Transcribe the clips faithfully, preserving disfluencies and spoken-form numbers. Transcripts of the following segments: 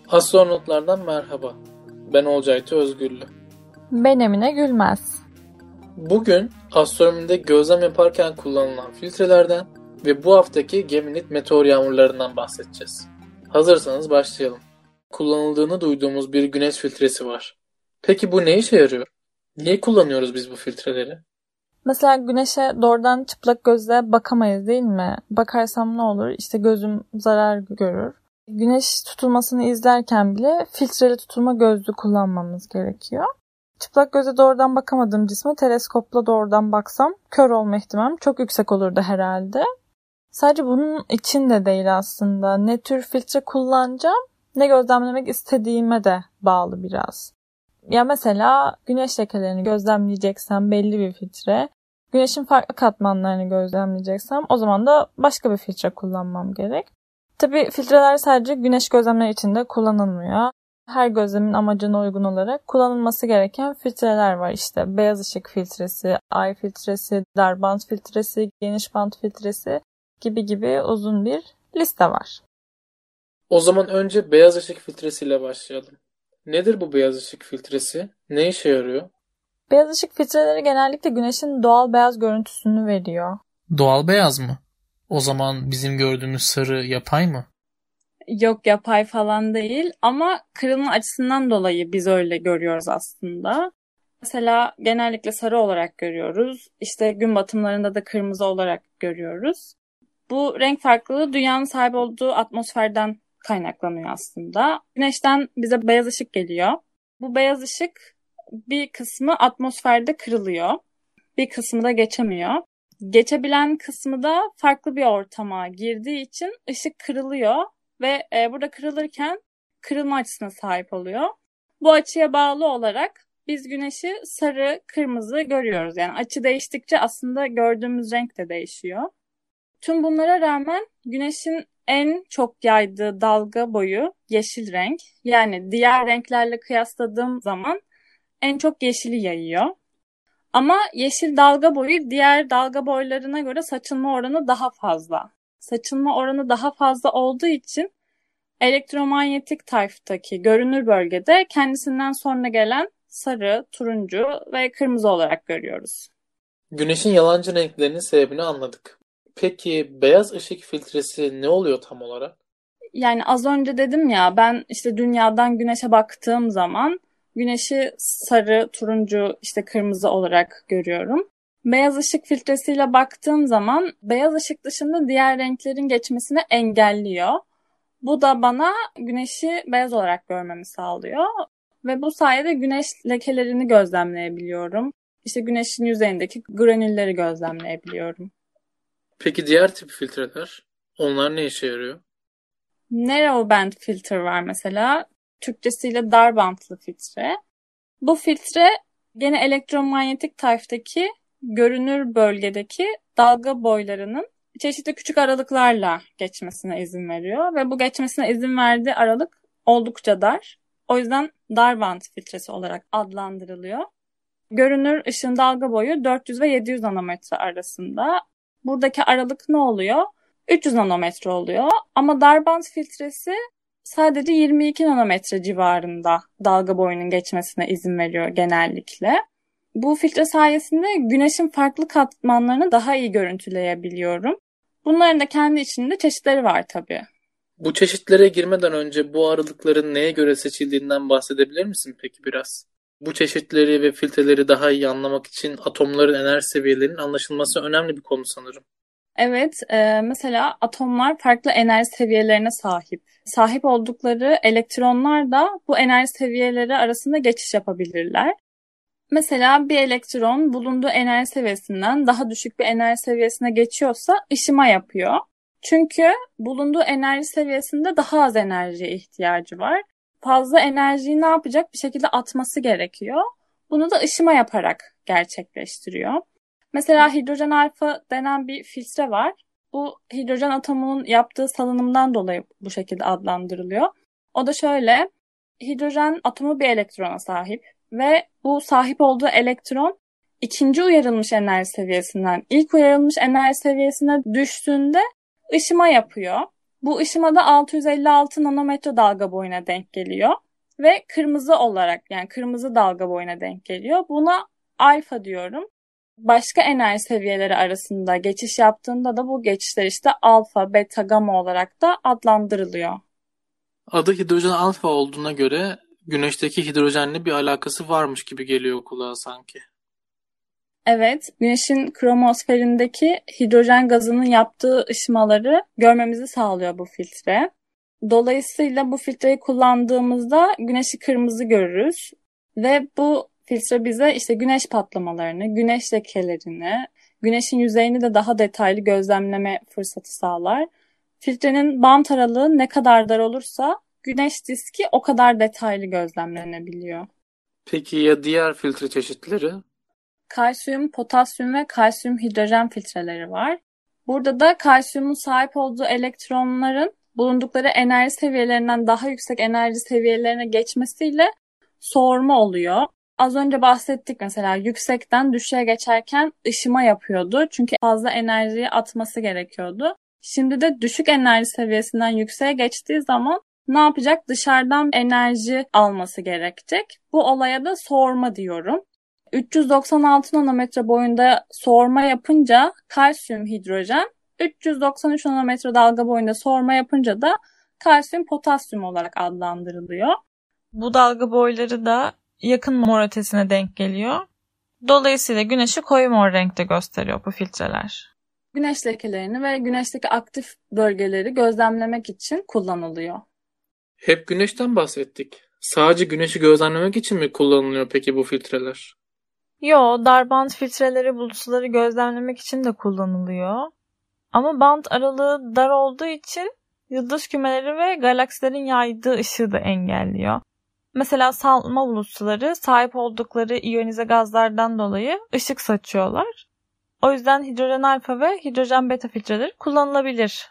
Astronotlardan merhaba. Ben Olcaytı Özgürlü. Ben Emine Gülmez. Bugün astronomide gözlem yaparken kullanılan filtrelerden ve bu haftaki Geminid meteor yağmurlarından bahsedeceğiz. Hazırsanız başlayalım. Kullanıldığını duyduğumuz bir güneş filtresi var. Peki bu ne işe yarıyor? Niye kullanıyoruz biz bu filtreleri? Mesela güneşe doğrudan çıplak gözle bakamayız değil mi? Bakarsam ne olur? İşte gözüm zarar görür. Güneş tutulmasını izlerken bile filtreli tutulma gözlüğü kullanmamız gerekiyor. Çıplak göze doğrudan bakamadığım cisme teleskopla doğrudan baksam kör olma ihtimalim çok yüksek olurdu herhalde. Sadece bunun için de değil aslında. Ne tür filtre kullanacağım, ne gözlemlemek istediğime de bağlı biraz. Ya mesela güneş lekelerini gözlemleyeceksem belli bir filtre, güneşin farklı katmanlarını gözlemleyeceksem o zaman da başka bir filtre kullanmam gerek. Tabii filtreler sadece güneş gözlemleri için de kullanılmıyor. Her gözlemin amacına uygun olarak kullanılması gereken filtreler var. İşte beyaz ışık filtresi, ay filtresi, dar bant filtresi, geniş bant filtresi gibi gibi uzun bir liste var. O zaman önce beyaz ışık filtresiyle başlayalım. Nedir bu beyaz ışık filtresi? Ne işe yarıyor? Beyaz ışık filtreleri genellikle güneşin doğal beyaz görüntüsünü veriyor. Doğal beyaz mı? O zaman bizim gördüğümüz sarı yapay mı? Yok, yapay falan değil ama kırılma açısından dolayı biz öyle görüyoruz aslında. Mesela genellikle sarı olarak görüyoruz. İşte gün batımlarında da kırmızı olarak görüyoruz. Bu renk farklılığı dünyanın sahip olduğu atmosferden kaynaklanıyor aslında. Güneşten bize beyaz ışık geliyor. Bu beyaz ışık bir kısmı atmosferde kırılıyor. Bir kısmı da geçemiyor. Geçebilen kısmı da farklı bir ortama girdiği için ışık kırılıyor ve e, burada kırılırken kırılma açısına sahip oluyor. Bu açıya bağlı olarak biz güneşi sarı, kırmızı görüyoruz. Yani açı değiştikçe aslında gördüğümüz renk de değişiyor. Tüm bunlara rağmen güneşin en çok yaydığı dalga boyu yeşil renk. Yani diğer renklerle kıyasladığım zaman en çok yeşili yayıyor. Ama yeşil dalga boyu diğer dalga boylarına göre saçılma oranı daha fazla. Saçılma oranı daha fazla olduğu için elektromanyetik tayftaki görünür bölgede kendisinden sonra gelen sarı, turuncu ve kırmızı olarak görüyoruz. Güneşin yalancı renklerinin sebebini anladık. Peki beyaz ışık filtresi ne oluyor tam olarak? Yani az önce dedim ya, ben işte dünyadan güneşe baktığım zaman güneşi sarı, turuncu, işte kırmızı olarak görüyorum. Beyaz ışık filtresiyle baktığım zaman beyaz ışık dışında diğer renklerin geçmesini engelliyor. Bu da bana güneşi beyaz olarak görmemi sağlıyor. Ve bu sayede güneş lekelerini gözlemleyebiliyorum. İşte güneşin yüzeyindeki granülleri gözlemleyebiliyorum. Peki diğer tip filtreler? Onlar ne işe yarıyor? Narrowband filter var mesela. Türkçesiyle dar bantlı filtre. Bu filtre gene elektromanyetik tayftaki görünür bölgedeki dalga boylarının çeşitli küçük aralıklarla geçmesine izin veriyor. Ve bu geçmesine izin verdiği aralık oldukça dar. O yüzden dar bant filtresi olarak adlandırılıyor. Görünür ışığın dalga boyu dört yüz ve yedi yüz nanometre arasında. Buradaki aralık ne oluyor? üç yüz nanometre oluyor. Ama dar bant filtresi sadece yirmi iki nanometre civarında dalga boyunun geçmesine izin veriyor genellikle. Bu filtre sayesinde güneşin farklı katmanlarını daha iyi görüntüleyebiliyorum. Bunların da kendi içinde çeşitleri var tabii. Bu çeşitlere girmeden önce bu aralıkların neye göre seçildiğinden bahsedebilir misin peki biraz? Bu çeşitleri ve filtreleri daha iyi anlamak için atomların enerji seviyelerinin anlaşılması önemli bir konu sanırım. Evet, e, mesela atomlar farklı enerji seviyelerine sahip. Sahip oldukları elektronlar da bu enerji seviyeleri arasında geçiş yapabilirler. Mesela bir elektron bulunduğu enerji seviyesinden daha düşük bir enerji seviyesine geçiyorsa ışıma yapıyor. Çünkü bulunduğu enerji seviyesinde daha az enerjiye ihtiyacı var. Fazla enerjiyi ne yapacak? Bir şekilde atması gerekiyor. Bunu da ışıma yaparak gerçekleştiriyor. Mesela hidrojen alfa denen bir filtre var. Bu hidrojen atomunun yaptığı salınımdan dolayı bu şekilde adlandırılıyor. O da şöyle, hidrojen atomu bir elektrona sahip ve bu sahip olduğu elektron ikinci uyarılmış enerji seviyesinden ilk uyarılmış enerji seviyesine düştüğünde ışıma yapıyor. Bu ışımada altı yüz elli altı nanometre dalga boyuna denk geliyor ve kırmızı olarak, yani kırmızı dalga boyuna denk geliyor. Buna alfa diyorum. Başka enerji seviyeleri arasında geçiş yaptığında da bu geçişler işte alfa, beta, gamma olarak da adlandırılıyor. Adı hidrojen alfa olduğuna göre Güneş'teki hidrojenle bir alakası varmış gibi geliyor kulağa sanki. Evet, Güneş'in kromosferindeki hidrojen gazının yaptığı ışımaları görmemizi sağlıyor bu filtre. Dolayısıyla bu filtreyi kullandığımızda Güneş'i kırmızı görürüz ve bu filtre bize işte güneş patlamalarını, güneş lekelerini, güneşin yüzeyini de daha detaylı gözlemleme fırsatı sağlar. Filtrenin bant aralığı ne kadar dar olursa güneş diski o kadar detaylı gözlemlenebiliyor. Peki ya diğer filtre çeşitleri? Kalsiyum, potasyum ve kalsiyum hidrojen filtreleri var. Burada da kalsiyumun sahip olduğu elektronların bulundukları enerji seviyelerinden daha yüksek enerji seviyelerine geçmesiyle soğurma oluyor. Az önce bahsettik, mesela yüksekten düşüğe geçerken ışıma yapıyordu. Çünkü fazla enerjiyi atması gerekiyordu. Şimdi de düşük enerji seviyesinden yükseğe geçtiği zaman ne yapacak? Dışarıdan enerji alması gerekecek. Bu olaya da soğurma diyorum. üç yüz doksan altı nanometre boyunda soğurma yapınca kalsiyum hidrojen, üç yüz doksan üç nanometre dalga boyunda soğurma yapınca da kalsiyum potasyum olarak adlandırılıyor. Bu dalga boyları da yakın mor ötesine denk geliyor. Dolayısıyla güneşi koyu mor renkte gösteriyor bu filtreler. Güneş lekelerini ve güneşteki aktif bölgeleri gözlemlemek için kullanılıyor. Hep güneşten bahsettik. Sadece güneşi gözlemlemek için mi kullanılıyor peki bu filtreler? Yo, dar bant filtreleri bulutları gözlemlemek için de kullanılıyor. Ama bant aralığı dar olduğu için yıldız kümeleri ve galaksilerin yaydığı ışığı da engelliyor. Mesela salma bulutları sahip oldukları iyonize gazlardan dolayı ışık saçıyorlar. O yüzden hidrojen alfa ve hidrojen beta filtreleri kullanılabilir.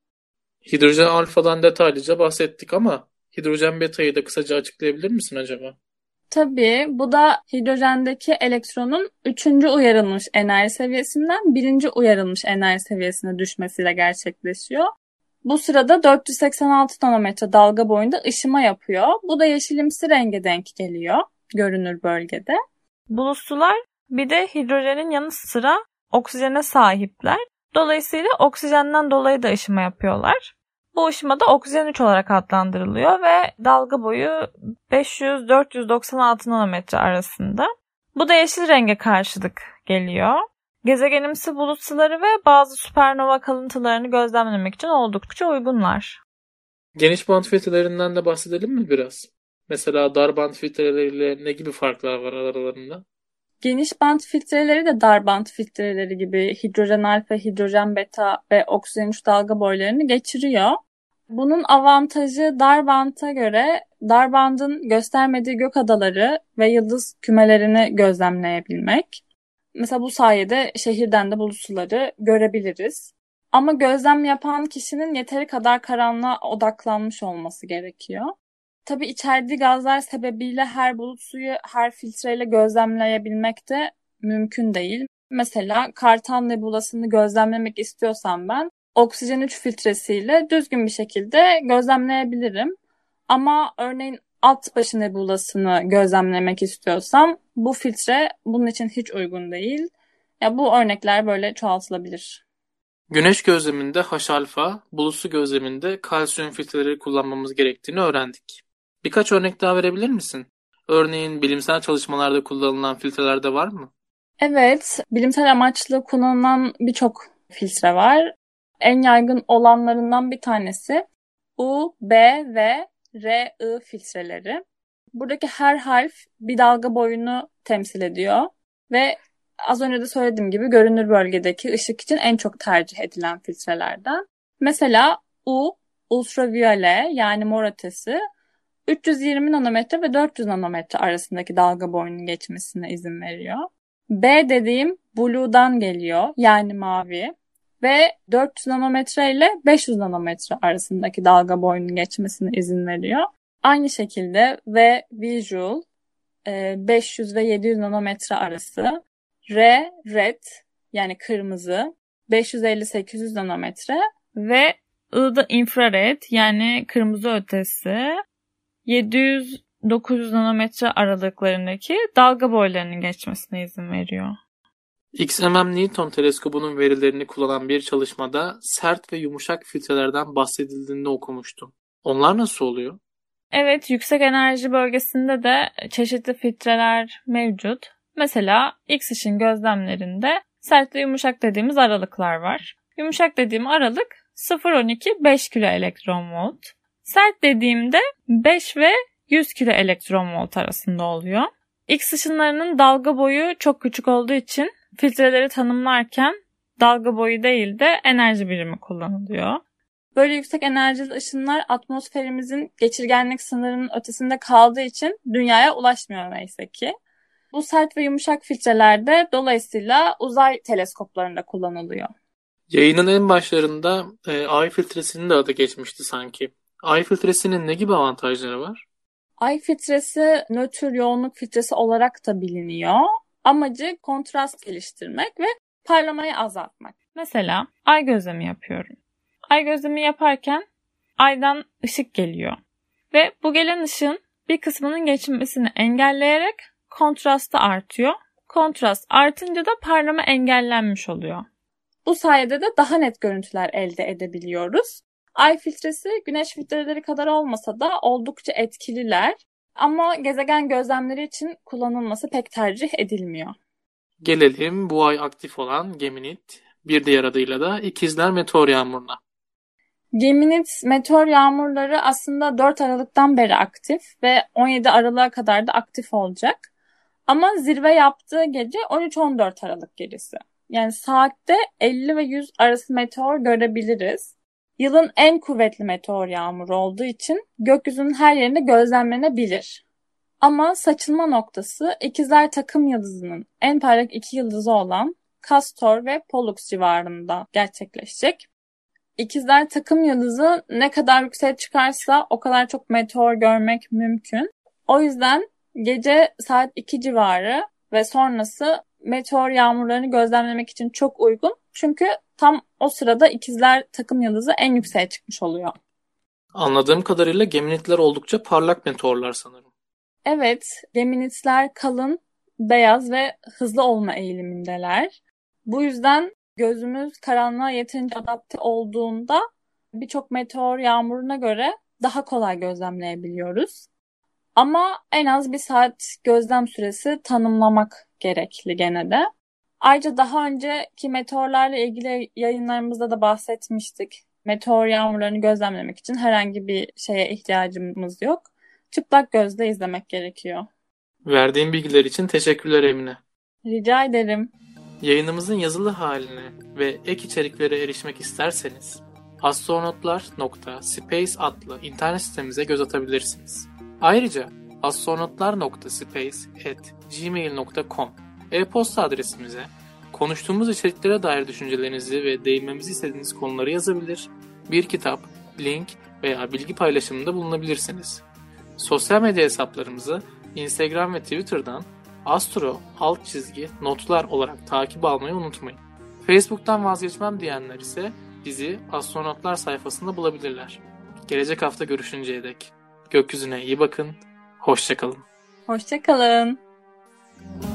Hidrojen alfadan detaylıca bahsettik ama hidrojen betayı da kısaca açıklayabilir misin acaba? Tabii, bu da hidrojendeki elektronun üçüncü uyarılmış enerji seviyesinden birinci uyarılmış enerji seviyesine düşmesiyle gerçekleşiyor. Bu sırada dört yüz seksen altı nanometre dalga boyunda ışıma yapıyor. Bu da yeşilimsi renge denk geliyor görünür bölgede. Bulutlar bir de hidrojenin yanı sıra oksijene sahipler. Dolayısıyla oksijenden dolayı da ışıma yapıyorlar. Bu ışıma da oksijen üç olarak adlandırılıyor ve dalga boyu beş yüz dört yüz doksan altı nanometre arasında. Bu da yeşil renge karşılık geliyor. Gezegenimsi bulut suları ve bazı süpernova kalıntılarını gözlemlemek için oldukça uygunlar. Geniş bant filtrelerinden de bahsedelim mi biraz? Mesela dar bant filtreleriyle ne gibi farklar var aralarında? Geniş bant filtreleri de dar bant filtreleri gibi hidrojen alfa, hidrojen beta ve oksijen üç dalga boylarını geçiriyor. Bunun avantajı dar banta göre dar bandın göstermediği gök adaları ve yıldız kümelerini gözlemleyebilmek. Mesela bu sayede şehirden de bulut suları görebiliriz. Ama gözlem yapan kişinin yeteri kadar karanlığa odaklanmış olması gerekiyor. Tabii içerdiği gazlar sebebiyle her bulut suyu her filtreyle gözlemleyebilmek de mümkün değil. Mesela Kartal Nebulası'nı gözlemlemek istiyorsam ben oksijen üç filtresiyle düzgün bir şekilde gözlemleyebilirim. Ama örneğin Altbaşı Nebulası'nı gözlemlemek istiyorsam bu filtre bunun için hiç uygun değil. Ya bu örnekler böyle çoğaltılabilir. Güneş gözleminde H-alfa, bulut su gözleminde kalsiyum filtreleri kullanmamız gerektiğini öğrendik. Birkaç örnek daha verebilir misin? Örneğin bilimsel çalışmalarda kullanılan filtreler de var mı? Evet, bilimsel amaçlı kullanılan birçok filtre var. En yaygın olanlarından bir tanesi U, B ve R, I filtreleri. Buradaki her harf bir dalga boyunu temsil ediyor ve az önce de söylediğim gibi görünür bölgedeki ışık için en çok tercih edilen filtrelerden. Mesela U, ultraviyole yani mor ötesi, üç yüz yirmi nanometre ve dört yüz nanometre arasındaki dalga boyunun geçmesine izin veriyor. B dediğim blue'dan geliyor yani mavi ve dört yüz nanometre ile beş yüz nanometre arasındaki dalga boyunun geçmesine izin veriyor. Aynı şekilde V visual beş yüz ve yedi yüz nanometre arası, R red yani kırmızı beş yüz elli sekiz yüz nanometre Ve I'da infrared yani kırmızı ötesi yedi yüz dokuz yüz nanometre aralıklarındaki dalga boylarının geçmesine izin veriyor. X M M Newton teleskobunun verilerini kullanan bir çalışmada sert ve yumuşak filtrelerden bahsedildiğini okumuştum. Onlar nasıl oluyor? Evet, yüksek enerji bölgesinde de çeşitli filtreler mevcut. Mesela X ışın gözlemlerinde sert ve yumuşak dediğimiz aralıklar var. Yumuşak dediğim aralık sıfır virgül on iki beş kilo elektron volt. Sert dediğimde beş ve yüz kilo elektron volt arasında oluyor. X ışınlarının dalga boyu çok küçük olduğu için filtreleri tanımlarken dalga boyu değil de enerji birimi kullanılıyor. Böyle yüksek enerjili ışınlar atmosferimizin geçirgenlik sınırının ötesinde kaldığı için dünyaya ulaşmıyor neyse ki. Bu sert ve yumuşak filtreler de dolayısıyla uzay teleskoplarında kullanılıyor. Yayının en başlarında e, Ay filtresinin de adı geçmişti sanki. Ay filtresinin ne gibi avantajları var? Ay filtresi nötr yoğunluk filtresi olarak da biliniyor. Amacı kontrast geliştirmek ve parlamayı azaltmak. Mesela ay gözlemi yapıyorum. Ay gözlemi yaparken aydan ışık geliyor. Ve bu gelen ışığın bir kısmının geçmesini engelleyerek kontrastı artıyor. Kontrast artınca da parlama engellenmiş oluyor. Bu sayede de daha net görüntüler elde edebiliyoruz. Ay filtresi güneş filtreleri kadar olmasa da oldukça etkililer. Ama gezegen gözlemleri için kullanılması pek tercih edilmiyor. Gelelim bu ay aktif olan Geminid, bir diğer adıyla da İkizler Meteor Yağmuru'na. Geminid meteor yağmurları aslında dört Aralık'tan beri aktif ve on yedi Aralık'a kadar da aktif olacak. Ama zirve yaptığı gece on üç on dört Aralık gecesi. Yani saatte elli ve yüz arası meteor görebiliriz. Yılın en kuvvetli meteor yağmuru olduğu için gökyüzünün her yerinde gözlemlenebilir. Ama saçılma noktası İkizler takım yıldızının en parlak iki yıldızı olan Castor ve Pollux civarında gerçekleşecek. İkizler takım yıldızı ne kadar yükseğe çıkarsa o kadar çok meteor görmek mümkün. O yüzden gece saat iki civarı ve sonrası meteor yağmurlarını gözlemlemek için çok uygun. Çünkü tam o sırada İkizler takım yıldızı en yükseğe çıkmış oluyor. Anladığım kadarıyla Geminidler oldukça parlak meteorlar sanırım. Evet, Geminidler kalın, beyaz ve hızlı olma eğilimindeler. Bu yüzden gözümüz karanlığa yeterince adapte olduğunda birçok meteor yağmuruna göre daha kolay gözlemleyebiliyoruz. Ama en az bir saat gözlem süresi tanımlamak gerekli gene de. Ayrıca daha önceki meteorlarla ilgili yayınlarımızda da bahsetmiştik. Meteor yağmurlarını gözlemlemek için herhangi bir şeye ihtiyacımız yok. Çıplak gözle izlemek gerekiyor. Verdiğin bilgiler için teşekkürler Emine. Rica ederim. Yayınımızın yazılı haline ve ek içeriklere erişmek isterseniz astronotlar nokta space adlı internet sitemize göz atabilirsiniz. Ayrıca astronotlar nokta space at gmail nokta com e-posta adresimize konuştuğumuz içeriklere dair düşüncelerinizi ve değinmemizi istediğiniz konuları yazabilir, bir kitap, link veya bilgi paylaşımında bulunabilirsiniz. Sosyal medya hesaplarımızı Instagram ve Twitter'dan astro alt çizgi notlar olarak takip almayı unutmayın. Facebook'tan vazgeçmem diyenler ise bizi astronotlar sayfasında bulabilirler. Gelecek hafta görüşünceye dek gökyüzüne iyi bakın, hoşça kalın. Hoşça kalın.